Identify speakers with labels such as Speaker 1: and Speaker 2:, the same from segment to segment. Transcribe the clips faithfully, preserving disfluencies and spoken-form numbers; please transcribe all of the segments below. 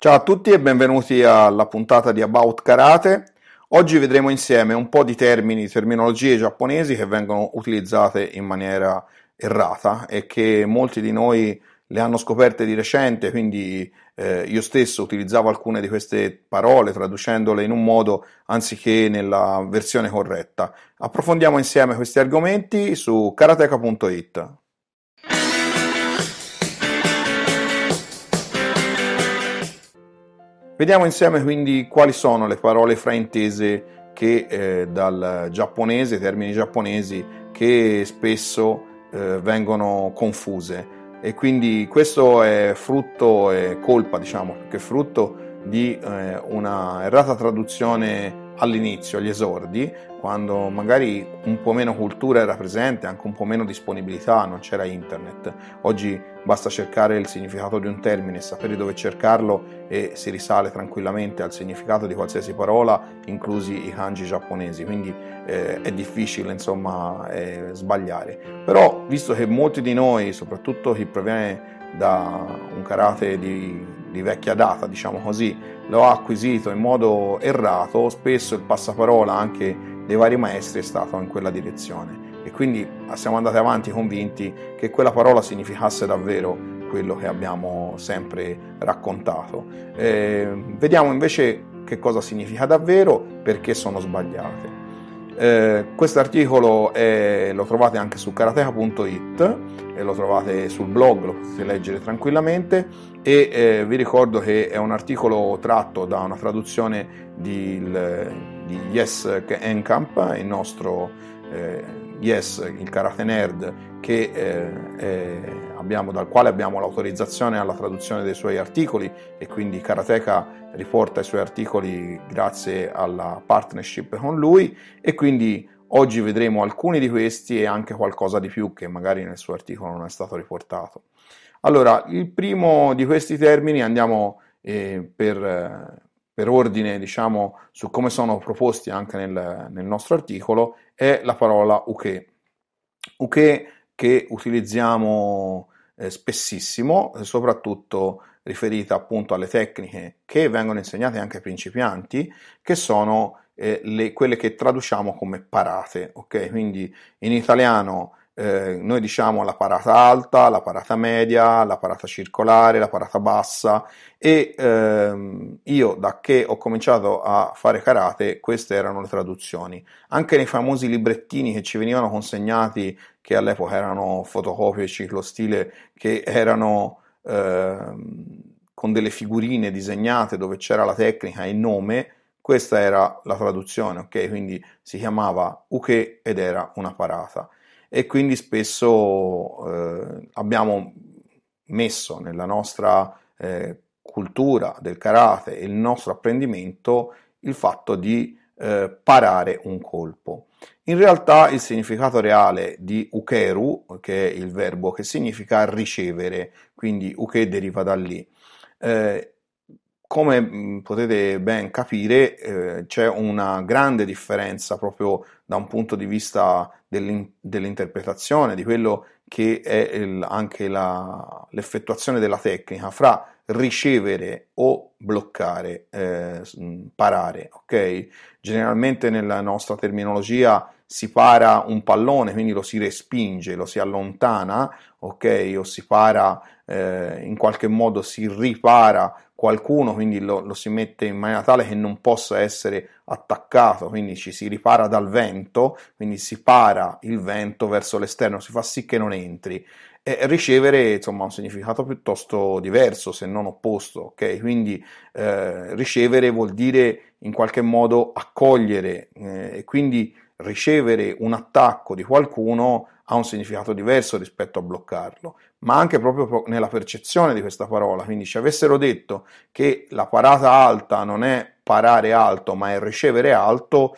Speaker 1: Ciao a tutti e benvenuti alla puntata di About Karate. Oggi vedremo insieme un po' di termini, terminologie giapponesi che vengono utilizzate in maniera errata e che molti di noi le hanno scoperte di recente, quindi eh, io stesso utilizzavo alcune di queste parole traducendole in un modo anziché nella versione corretta. Approfondiamo insieme questi argomenti su karateka punto it. Vediamo insieme quindi quali sono le parole fraintese che eh, dal giapponese, termini giapponesi che spesso eh, vengono confuse, e quindi questo è frutto, è colpa diciamo, perché è frutto di eh, una errata traduzione all'inizio, agli esordi, quando magari un po' meno cultura era presente, anche un po' meno disponibilità, non c'era internet. Oggi basta cercare il significato di un termine e sapere dove cercarlo e si risale tranquillamente al significato di qualsiasi parola, inclusi i kanji giapponesi, quindi eh, è difficile insomma eh, sbagliare. Però visto che molti di noi, soprattutto chi proviene da un karate di, di vecchia data, diciamo così, lo ha acquisito in modo errato, spesso il passaparola anche dei vari maestri è stato in quella direzione, e quindi siamo andati avanti convinti che quella parola significasse davvero quello che abbiamo sempre raccontato. Eh, vediamo invece che cosa significa davvero, perché sono sbagliate. Eh, questo articolo è, lo trovate anche su karateka punto it e lo trovate sul blog, lo potete leggere tranquillamente, e eh, vi ricordo che è un articolo tratto da una traduzione di, di Yes Enkamp, il nostro eh, Yes, il karate nerd, che eh, è, abbiamo, dal quale abbiamo l'autorizzazione alla traduzione dei suoi articoli, e quindi Karateka riporta i suoi articoli grazie alla partnership con lui, e quindi oggi vedremo alcuni di questi e anche qualcosa di più che magari nel suo articolo non è stato riportato. Allora, il primo di questi termini, andiamo eh, per, per ordine, diciamo, su come sono proposti anche nel, nel nostro articolo, è la parola uke. Uke che utilizziamo eh, spessissimo, soprattutto riferita appunto alle tecniche che vengono insegnate anche ai principianti, che sono eh, le, quelle che traduciamo come parate, ok? Quindi in italiano eh, noi diciamo la parata alta, la parata media, la parata circolare, la parata bassa, e ehm, io da che ho cominciato a fare karate queste erano le traduzioni. Anche nei famosi librettini che ci venivano consegnati, che all'epoca erano fotocopie ciclostile, che erano ehm, con delle figurine disegnate dove c'era la tecnica e il nome, questa era la traduzione, ok? Quindi si chiamava uke ed era una parata. E quindi spesso eh, abbiamo messo nella nostra eh, cultura del karate e il nostro apprendimento il fatto di eh, parare un colpo. In realtà il significato reale di ukeru, che è il verbo che significa ricevere, quindi uke deriva da lì. Eh, come mh, potete ben capire, eh, c'è una grande differenza proprio da un punto di vista dell'in- dell'interpretazione, di quello che è il- anche la- l'effettuazione della tecnica fra ricevere o bloccare, eh, s- mh, parare, ok? Generalmente nella nostra terminologia si para un pallone, quindi lo si respinge, lo si allontana, ok? O si para, eh, in qualche modo si ripara qualcuno, quindi lo, lo si mette in maniera tale che non possa essere attaccato, quindi ci si ripara dal vento, quindi si para il vento verso l'esterno, si fa sì che non entri. E ricevere insomma ha un significato piuttosto diverso, se non opposto, ok? Quindi eh, ricevere vuol dire in qualche modo accogliere, eh, e quindi ricevere un attacco di qualcuno ha un significato diverso rispetto a bloccarlo, ma anche proprio nella percezione di questa parola. Quindi ci avessero detto che la parata alta non è parare alto, ma è ricevere alto,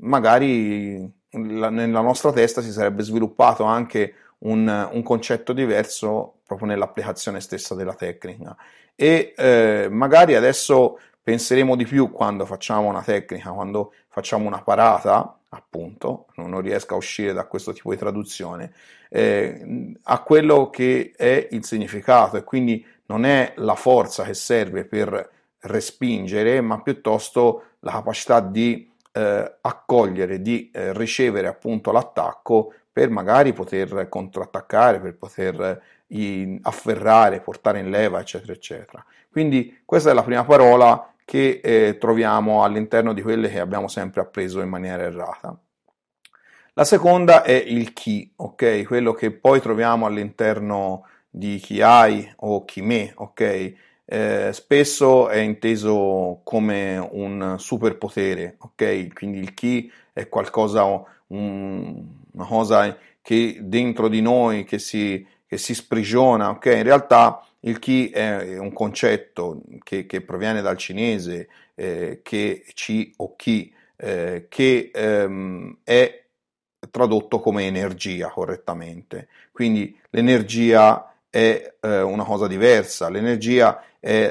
Speaker 1: magari nella nostra testa si sarebbe sviluppato anche un, un concetto diverso proprio nell'applicazione stessa della tecnica. E eh, magari adesso penseremo di più quando facciamo una tecnica, quando facciamo una parata, appunto, non riesco a uscire da questo tipo di traduzione, eh, a quello che è il significato, e quindi non è la forza che serve per respingere, ma piuttosto la capacità di eh, accogliere, di eh, ricevere appunto l'attacco per magari poter contrattaccare, per poter eh, afferrare, portare in leva, eccetera, eccetera. Quindi questa è la prima parola che eh, troviamo all'interno di quelle che abbiamo sempre appreso in maniera errata. La seconda è il chi, ok? Quello che poi troviamo all'interno di chi hai o chi me, ok? Eh, spesso è inteso come un superpotere, ok? Quindi il chi è qualcosa, un, una cosa che dentro di noi, che si, che si sprigiona, ok? In realtà il chi è un concetto che, che proviene dal cinese, eh, che ci o chi, eh, che ehm, è tradotto come energia correttamente. Quindi l'energia è eh, una cosa diversa, l'energia è,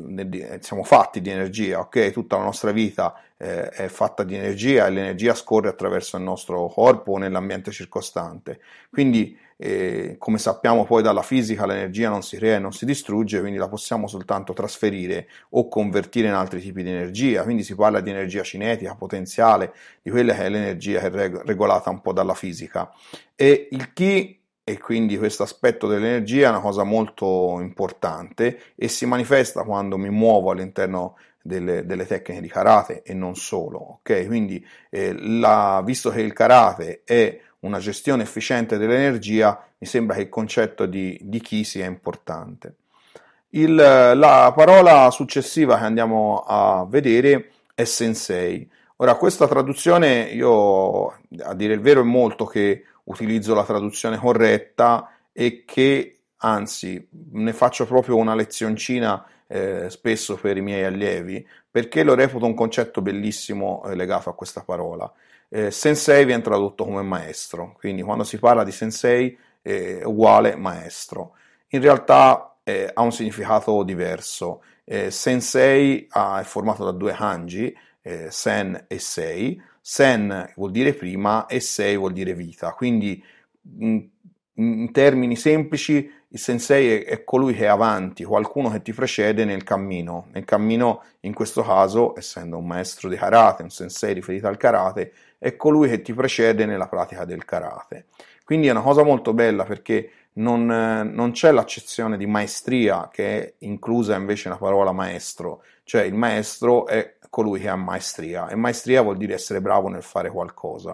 Speaker 1: siamo fatti di energia, ok? Tutta la nostra vita eh, è fatta di energia e l'energia scorre attraverso il nostro corpo o nell'ambiente circostante. Quindi, eh, come sappiamo poi dalla fisica, l'energia non si crea e non si distrugge, quindi la possiamo soltanto trasferire o convertire in altri tipi di energia. Quindi si parla di energia cinetica, potenziale, di quella che è l'energia che è regolata un po' dalla fisica. E il chi, e quindi questo aspetto dell'energia, è una cosa molto importante e si manifesta quando mi muovo all'interno delle, delle tecniche di karate e non solo, ok? Quindi eh, la, visto che il karate è una gestione efficiente dell'energia, mi sembra che il concetto di, di chi sia importante. Il, la parola successiva che andiamo a vedere è sensei. Ora, questa traduzione, io a dire il vero è molto che utilizzo la traduzione corretta e che anzi ne faccio proprio una lezioncina eh, spesso per i miei allievi, perché lo reputo un concetto bellissimo eh, legato a questa parola. Eh, sensei viene tradotto come maestro, quindi quando si parla di sensei eh, è uguale maestro. In realtà eh, ha un significato diverso. Eh, sensei ah, è formato da due kanji, eh, sen e sei. Sen vuol dire prima e sei vuol dire vita. Quindi in, in termini semplici il sensei è, è colui che è avanti, qualcuno che ti precede nel cammino. Nel cammino, in questo caso, essendo un maestro di karate, un sensei riferito al karate, è colui che ti precede nella pratica del karate. Quindi è una cosa molto bella perché non, non c'è l'accezione di maestria che è inclusa invece nella parola maestro, cioè il maestro è colui che ha maestria e maestria vuol dire essere bravo nel fare qualcosa.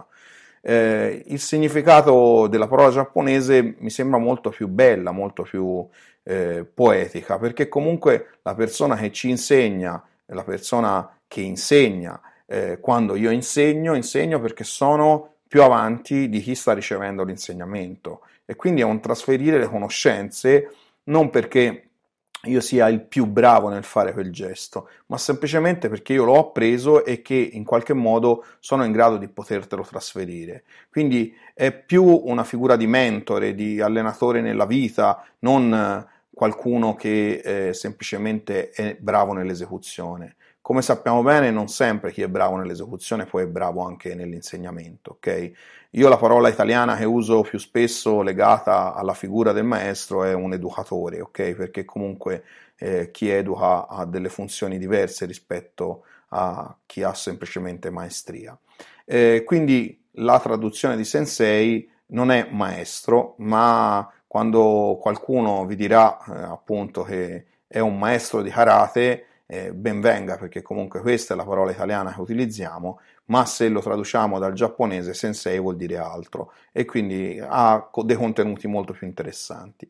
Speaker 1: Eh, il significato della parola giapponese mi sembra molto più bella, molto più eh, poetica, perché comunque la persona che ci insegna, la persona che insegna, eh, quando io insegno, insegno perché sono più avanti di chi sta ricevendo l'insegnamento e quindi è un trasferire le conoscenze non perché io sia il più bravo nel fare quel gesto, ma semplicemente perché io l'ho appreso e che in qualche modo sono in grado di potertelo trasferire. Quindi è più una figura di mentore, di allenatore nella vita, non qualcuno che eh, semplicemente è bravo nell'esecuzione. Come sappiamo bene, non sempre chi è bravo nell'esecuzione poi è bravo anche nell'insegnamento, ok? Io la parola italiana che uso più spesso legata alla figura del maestro è un educatore, ok? Perché comunque eh, chi educa ha delle funzioni diverse rispetto a chi ha semplicemente maestria. Eh, quindi la traduzione di sensei non è maestro, ma quando qualcuno vi dirà eh, appunto che è un maestro di karate, eh, ben venga, perché comunque questa è la parola italiana che utilizziamo, ma se lo traduciamo dal giapponese sensei vuol dire altro e quindi ha dei contenuti molto più interessanti.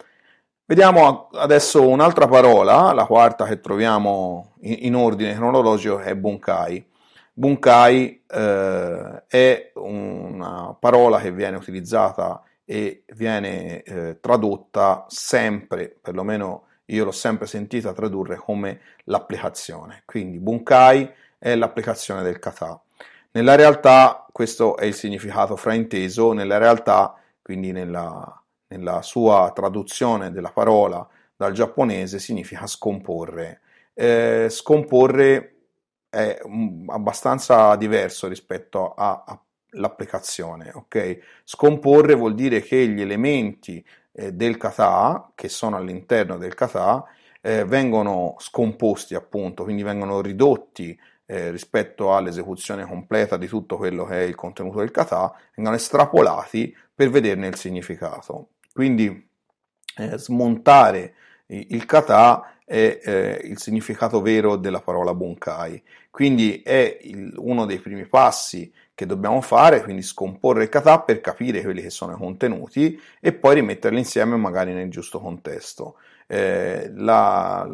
Speaker 1: Vediamo adesso un'altra parola, la quarta che troviamo in ordine cronologico è bunkai. Bunkai eh, è una parola che viene utilizzata e viene eh, tradotta sempre, perlomeno io l'ho sempre sentita tradurre come l'applicazione. Quindi bunkai è l'applicazione del kata. Nella realtà, questo è il significato frainteso, nella realtà, quindi nella, nella sua traduzione della parola dal giapponese, significa scomporre. Eh, scomporre è abbastanza diverso rispetto all'applicazione, ok? Scomporre vuol dire che gli elementi eh, del kata, che sono all'interno del kata, eh, vengono scomposti appunto, quindi vengono ridotti eh, rispetto all'esecuzione completa di tutto quello che è il contenuto del kata, vengono estrapolati per vederne il significato. Quindi eh, smontare il kata è eh, il significato vero della parola bunkai, quindi è il, uno dei primi passi che dobbiamo fare, quindi scomporre il kata per capire quelli che sono i contenuti e poi rimetterli insieme magari nel giusto contesto. Eh, la,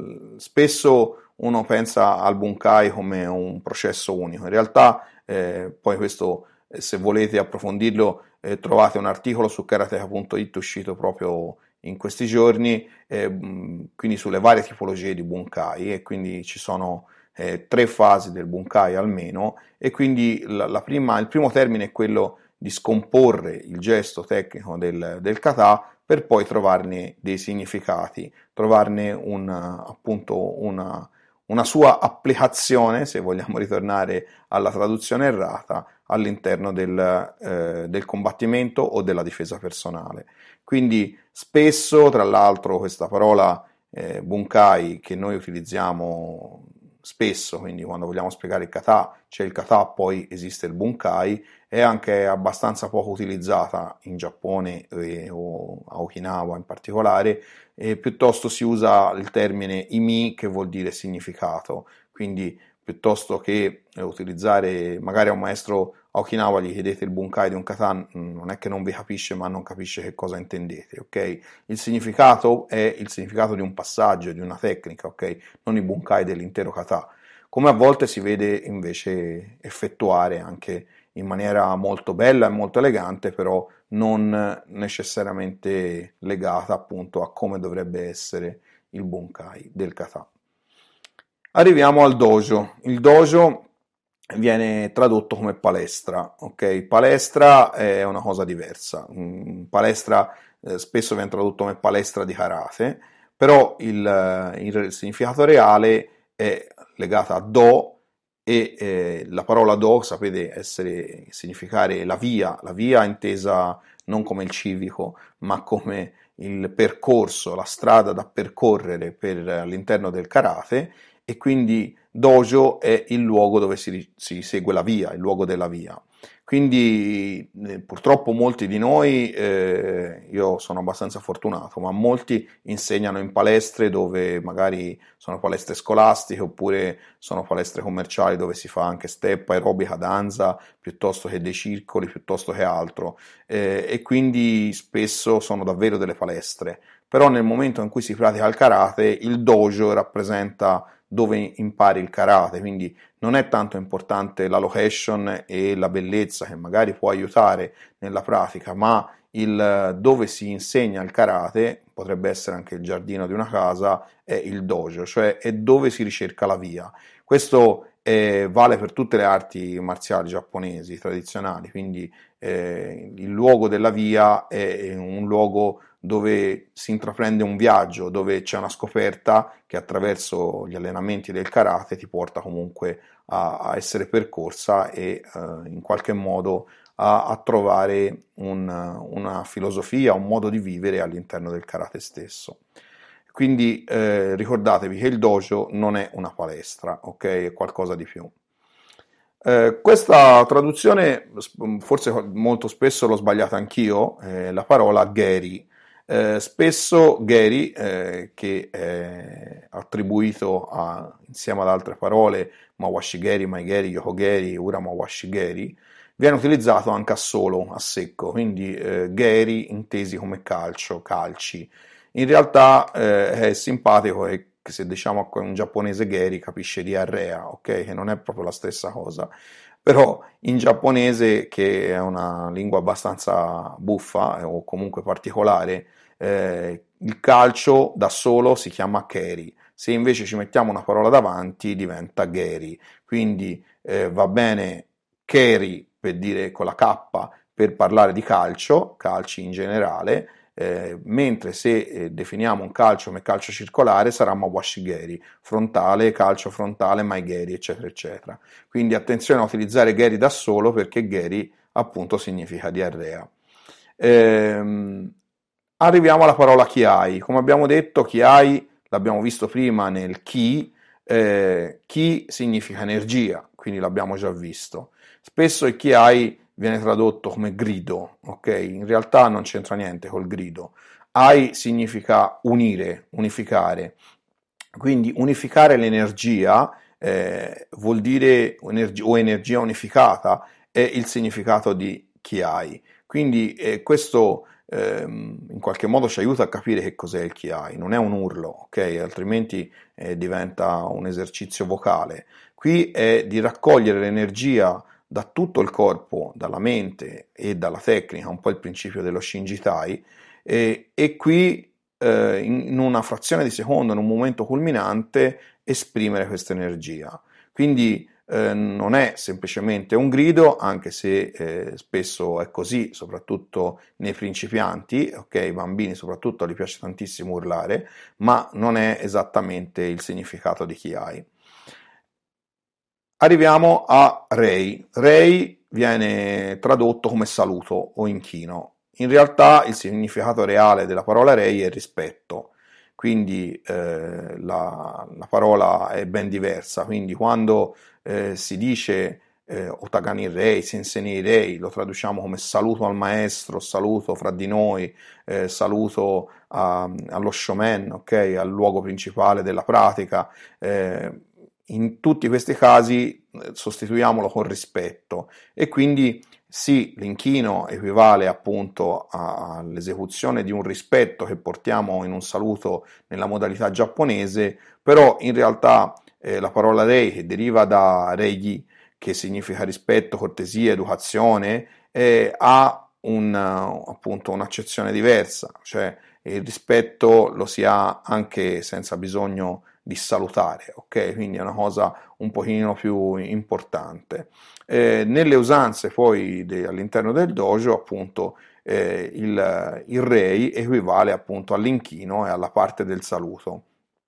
Speaker 1: spesso uno pensa al bunkai come un processo unico, in realtà eh, poi questo, eh, se volete approfondirlo, eh, trovate un articolo su karateka punto it uscito proprio in questi giorni, eh, quindi sulle varie tipologie di bunkai, e quindi ci sono eh, tre fasi del bunkai almeno, e quindi la, la prima, il primo termine è quello di scomporre il gesto tecnico del, del kata per poi trovarne dei significati, trovarne un, appunto una, una sua applicazione, se vogliamo ritornare alla traduzione errata, all'interno del, eh, del combattimento o della difesa personale. Quindi spesso, tra l'altro, questa parola eh, bunkai che noi utilizziamo spesso, quindi quando vogliamo spiegare il kata, c'è il kata, poi esiste il bunkai, è anche abbastanza poco utilizzata in Giappone eh, o a Okinawa in particolare, e piuttosto si usa il termine imi, che vuol dire significato, quindi piuttosto che eh, utilizzare, magari a un maestro a Okinawa gli chiedete il bunkai di un kata, non è che non vi capisce, ma non capisce che cosa intendete, ok? Il significato è il significato di un passaggio, di una tecnica, ok? Non i bunkai dell'intero kata, come a volte si vede invece effettuare anche in maniera molto bella e molto elegante, però non necessariamente legata appunto a come dovrebbe essere il bunkai del kata. Arriviamo al dojo. Il dojo viene tradotto come palestra, ok? Palestra è una cosa diversa. Palestra eh, spesso viene tradotto come palestra di karate, però il, il significato reale è legato a do, e eh, la parola do sapete essere, significare la via, la via intesa non come il civico, ma come il percorso, la strada da percorrere per all'interno del karate, e quindi dojo è il luogo dove si, si segue la via, il luogo della via. Quindi eh, purtroppo molti di noi, eh, io sono abbastanza fortunato, ma molti insegnano in palestre dove magari sono palestre scolastiche oppure sono palestre commerciali dove si fa anche step, aerobica, danza, piuttosto che dei circoli, piuttosto che altro, eh, e quindi spesso sono davvero delle palestre. Però nel momento in cui si pratica il karate, il dojo rappresenta dove impari il karate, quindi non è tanto importante la location e la bellezza, che magari può aiutare nella pratica, ma il dove si insegna il karate, potrebbe essere anche il giardino di una casa, è il dojo, cioè è dove si ricerca la via. Questo eh, vale per tutte le arti marziali giapponesi tradizionali, quindi eh, il luogo della via è un luogo dove si intraprende un viaggio, dove c'è una scoperta che attraverso gli allenamenti del karate ti porta comunque a, a essere percorsa e uh, in qualche modo a, a trovare un, una filosofia, un modo di vivere all'interno del karate stesso. Quindi eh, ricordatevi che il dojo non è una palestra, ok? È qualcosa di più. Eh, questa traduzione forse molto spesso l'ho sbagliata anch'io, eh, la parola geri. Eh, spesso geri, eh, che è attribuito a, insieme ad altre parole, mawashigeri, maigeri, yokogeri, uramawashigeri, viene utilizzato anche a solo, a secco, quindi eh, geri intesi come calcio, calci. In realtà eh, è simpatico che se diciamo a un giapponese geri capisce diarrea, ok? Che non è proprio la stessa cosa. Però in giapponese, che è una lingua abbastanza buffa eh, o comunque particolare, eh, il calcio da solo si chiama keri, se invece ci mettiamo una parola davanti diventa geri, quindi eh, va bene keri per dire con la K per parlare di calcio, calci in generale, eh, mentre se eh, definiamo un calcio come calcio circolare sarà mawashigeri, frontale, calcio frontale, maigeri, eccetera, eccetera. Quindi attenzione a utilizzare geri da solo, perché geri appunto significa diarrea. Ehm, Arriviamo alla parola kiai. Come abbiamo detto, kiai, l'abbiamo visto prima nel Ki, eh, Ki significa energia, quindi l'abbiamo già visto. Spesso il Ki viene tradotto come grido, ok? In realtà non c'entra niente col grido. Ai significa unire, unificare, quindi unificare l'energia eh, vuol dire energi- o energia unificata è il significato di Ki. Quindi eh, questo ehm, in qualche modo ci aiuta a capire che cos'è il Ki. Non è un urlo, ok? Altrimenti eh, diventa un esercizio vocale. Qui è di raccogliere l'energia da tutto il corpo, dalla mente e dalla tecnica, un po' il principio dello Shinjitai, e, e qui eh, in una frazione di secondo, in un momento culminante, esprimere questa energia. Quindi eh, non è semplicemente un grido, anche se eh, spesso è così, soprattutto nei principianti, ok, ai bambini soprattutto gli piace tantissimo urlare, ma non è esattamente il significato di Ki. Arriviamo a Rei. Rei viene tradotto come saluto o inchino. In realtà il significato reale della parola Rei è rispetto, quindi eh, la, la parola è ben diversa. Quindi quando eh, si dice eh, Otagani Rei, Sensei Rei, lo traduciamo come saluto al maestro, saluto fra di noi, eh, saluto a, allo shomen, okay, al luogo principale della pratica. Eh, in tutti questi casi sostituiamolo con rispetto e quindi sì, l'inchino equivale appunto all'esecuzione di un rispetto che portiamo in un saluto nella modalità giapponese, però in realtà eh, la parola rei, che deriva da reigi, che significa rispetto, cortesia, educazione, eh, ha un, appunto un'accezione diversa, cioè il rispetto lo si ha anche senza bisogno di salutare, ok? Quindi è una cosa un pochino più importante. Eh, nelle usanze poi de, all'interno del dojo, appunto, eh, il, il rei equivale appunto all'inchino e alla parte del saluto.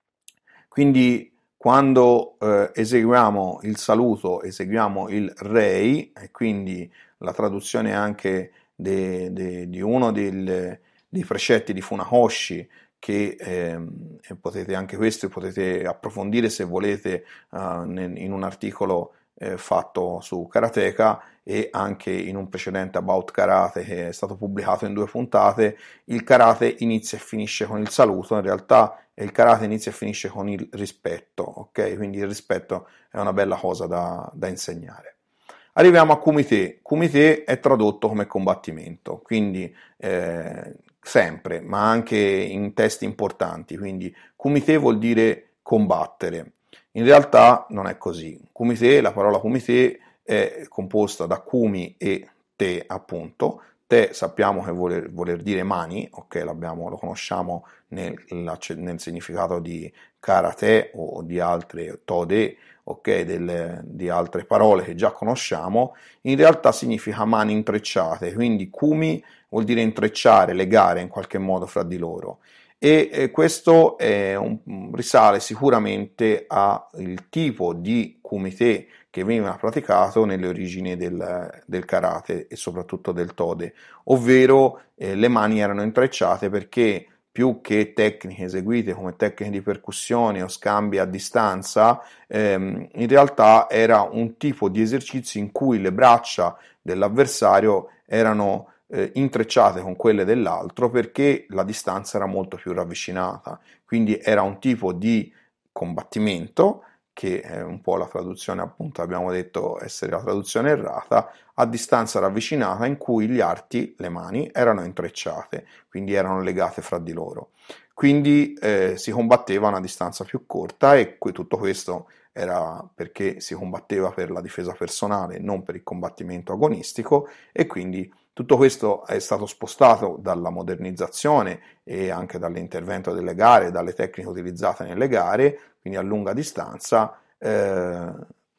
Speaker 1: Quindi quando eh, eseguiamo il saluto, eseguiamo il rei, e quindi la traduzione anche de, de, di uno del, dei precetti di Funakoshi, che eh, potete anche questo potete approfondire se volete uh, in un articolo eh, fatto su Karateka e anche in un precedente About Karate che è stato pubblicato in due puntate. Il karate inizia e finisce con il saluto, in realtà il karate inizia e finisce con il rispetto, ok? Quindi il rispetto è una bella cosa da, da insegnare. Arriviamo a kumite. Kumite è tradotto come combattimento, quindi eh, sempre, ma anche in testi importanti, quindi kumite vuol dire combattere. In realtà non è così. Kumite, la parola kumite è composta da kumi e te, appunto. Te sappiamo che vuol voler dire mani, ok, l'abbiamo, lo conosciamo nel, nel significato di karate o di altre tode, ok, del, di altre parole che già conosciamo. In realtà significa mani intrecciate, quindi kumi vuol dire intrecciare, legare in qualche modo fra di loro. E eh, questo è un, risale sicuramente al tipo di kumite che veniva praticato nelle origini del, del karate e soprattutto del tode, ovvero eh, le mani erano intrecciate perché più che tecniche eseguite come tecniche di percussione o scambi a distanza, ehm, in realtà era un tipo di esercizio in cui le braccia dell'avversario erano eh, intrecciate con quelle dell'altro perché la distanza era molto più ravvicinata, quindi era un tipo di combattimento che è un po' la traduzione, appunto abbiamo detto essere la traduzione errata, a distanza ravvicinata in cui gli arti, le mani, erano intrecciate, quindi erano legate fra di loro. Quindi eh, si combatteva a una distanza più corta e tutto questo era perché si combatteva per la difesa personale, non per il combattimento agonistico, e quindi tutto questo è stato spostato dalla modernizzazione e anche dall'intervento delle gare, dalle tecniche utilizzate nelle gare, quindi a lunga distanza, eh,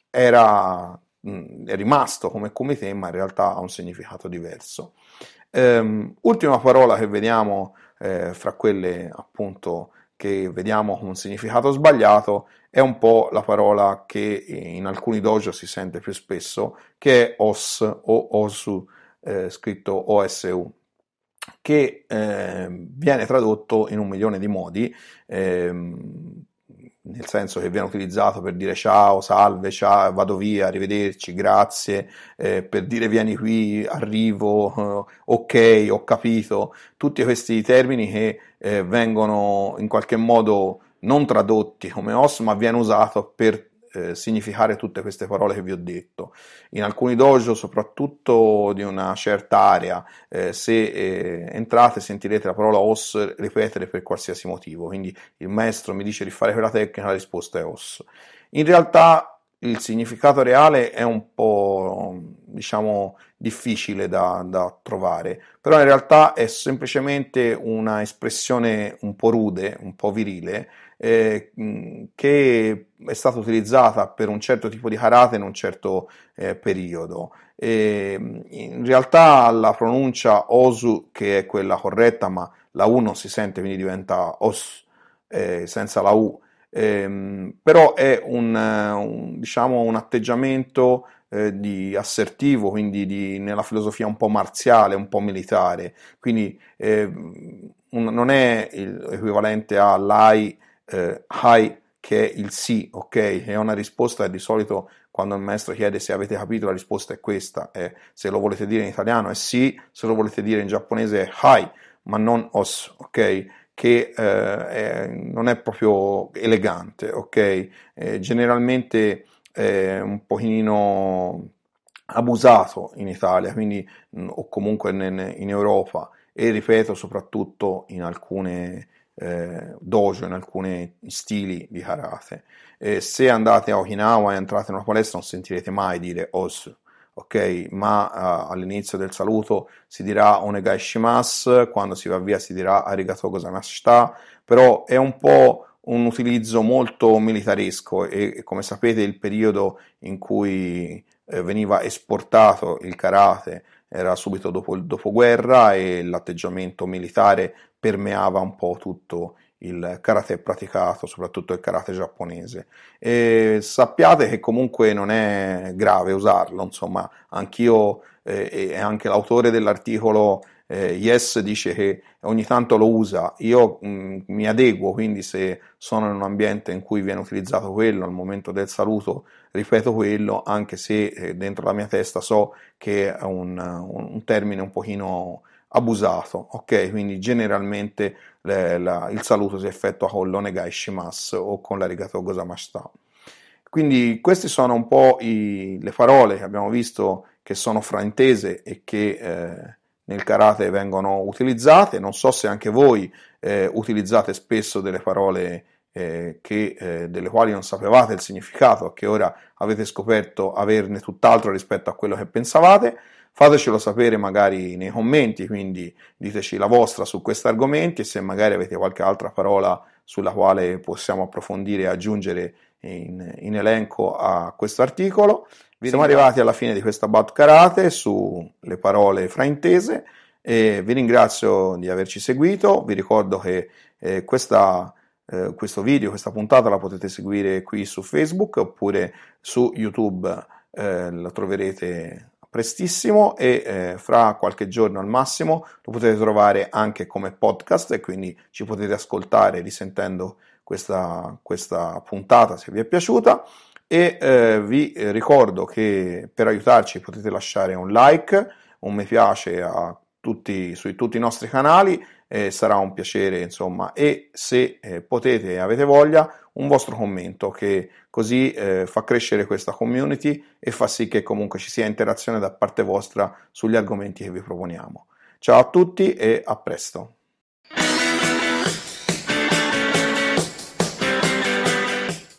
Speaker 1: era mh, è rimasto come kumite, ma in realtà ha un significato diverso. Ehm, ultima parola che vediamo eh, fra quelle appunto che vediamo con un significato sbagliato è un po' la parola che in alcuni dojo si sente più spesso, che è os o osu, eh, scritto O S U. che eh, viene tradotto in un milione di modi, ehm, nel senso che viene utilizzato per dire ciao, salve, ciao, vado via, arrivederci, grazie, eh, per dire vieni qui, arrivo, eh, ok, ho capito, tutti questi termini che eh, vengono in qualche modo non tradotti come os, ma viene usato per eh, significare tutte queste parole che vi ho detto. In alcuni dojo, soprattutto di una certa area, eh, se eh, entrate sentirete la parola os ripetere per qualsiasi motivo, quindi il maestro mi dice di fare quella tecnica, la risposta è os. In realtà il significato reale è un po', diciamo, difficile da, da trovare, però in realtà è semplicemente una espressione un po' rude, un po' virile, eh, che è stata utilizzata per un certo tipo di karate in un certo eh, periodo. E in realtà la pronuncia osu, che è quella corretta, ma la U non si sente, quindi diventa os, eh, senza la U. Eh, però è un, un, diciamo, un atteggiamento eh, di assertivo, quindi di, nella filosofia un po' marziale, un po' militare, quindi eh, un, non è equivalente a l'ai, eh, hai, che è il sì, ok? È una risposta, di solito quando il maestro chiede se avete capito, la risposta è questa, è, se lo volete dire in italiano è sì, se lo volete dire in giapponese è hai, ma non os, ok? Che eh, è, non è proprio elegante, ok? Eh, generalmente è un pochino abusato in Italia, quindi, mh, o comunque in, in Europa, e ripeto soprattutto in alcune eh, dojo, in alcuni stili di karate. Eh, se andate a Okinawa e entrate in una palestra non sentirete mai dire os, ok? Ma uh, all'inizio del saluto si dirà onegai shimasu, quando si va via si dirà arigatou gozaimashita, però è un po' un utilizzo molto militaresco e, e come sapete il periodo in cui eh, veniva esportato il karate era subito dopo il dopoguerra e l'atteggiamento militare permeava un po' tutto il karate praticato, soprattutto il karate giapponese. E sappiate che comunque non è grave usarlo, insomma, anch'io eh, e anche l'autore dell'articolo eh, Yes dice che ogni tanto lo usa, io mh, mi adeguo, quindi se sono in un ambiente in cui viene utilizzato quello, al momento del saluto ripeto quello, anche se eh, dentro la mia testa so che è un, un termine un pochino abusato, ok? Quindi generalmente le, la, il saluto si effettua con l'onegai shimasu o con l'arigatou gozaimashita. Quindi queste sono un po' i, le parole che abbiamo visto che sono fraintese e che eh, nel karate vengono utilizzate. Non so se anche voi eh, utilizzate spesso delle parole eh, che, eh, delle quali non sapevate il significato, che ora avete scoperto averne tutt'altro rispetto a quello che pensavate. Fatecelo sapere magari nei commenti, quindi diteci la vostra su questi argomenti e se magari avete qualche altra parola sulla quale possiamo approfondire e aggiungere in, in elenco a questo articolo. Vi siamo arrivati alla fine di questa Bad Karate sulle parole fraintese e vi ringrazio di averci seguito. Vi ricordo che eh, questa, eh, questo video, questa puntata la potete seguire qui su Facebook oppure su YouTube, eh, la troverete prestissimo e eh, fra qualche giorno al massimo lo potete trovare anche come podcast e quindi ci potete ascoltare risentendo questa, questa puntata se vi è piaciuta e eh, vi ricordo che per aiutarci potete lasciare un like, un mi piace a tutti, su tutti i nostri canali, eh, sarà un piacere insomma e se eh, potete e avete voglia un vostro commento che così eh, fa crescere questa community e fa sì che comunque ci sia interazione da parte vostra sugli argomenti che vi proponiamo. Ciao a tutti e a presto!